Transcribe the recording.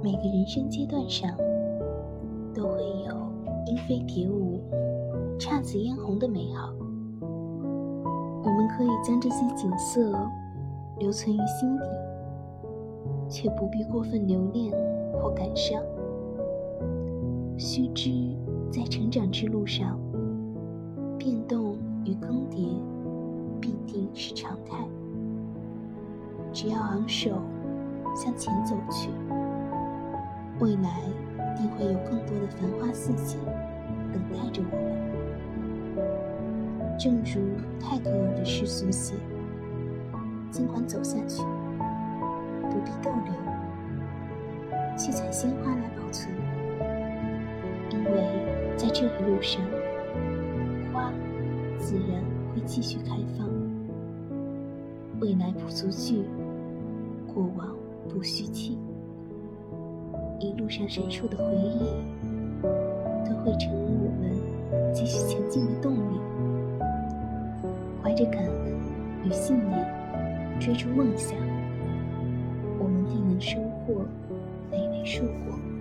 每个人生阶段上都会有莺飞蝶舞、姹紫嫣红的美好。我们可以将这些景色留存于心底，却不必过分留恋或感伤。须知在成长之路上，变动与更迭必定是常态。只要昂首向前走去，未来定会有更多的繁花似锦等待着我们。正如泰戈尔的诗所写，尽管走下去，不必逗留，去采鲜花来保存，因为在这一路上，花自然会继续开放。未来不足惧，过往不虚弃，一路上闪烁的回忆都会成为我们继续前进的动力。怀着感恩与信念追逐梦想，我们定能收获累累硕果。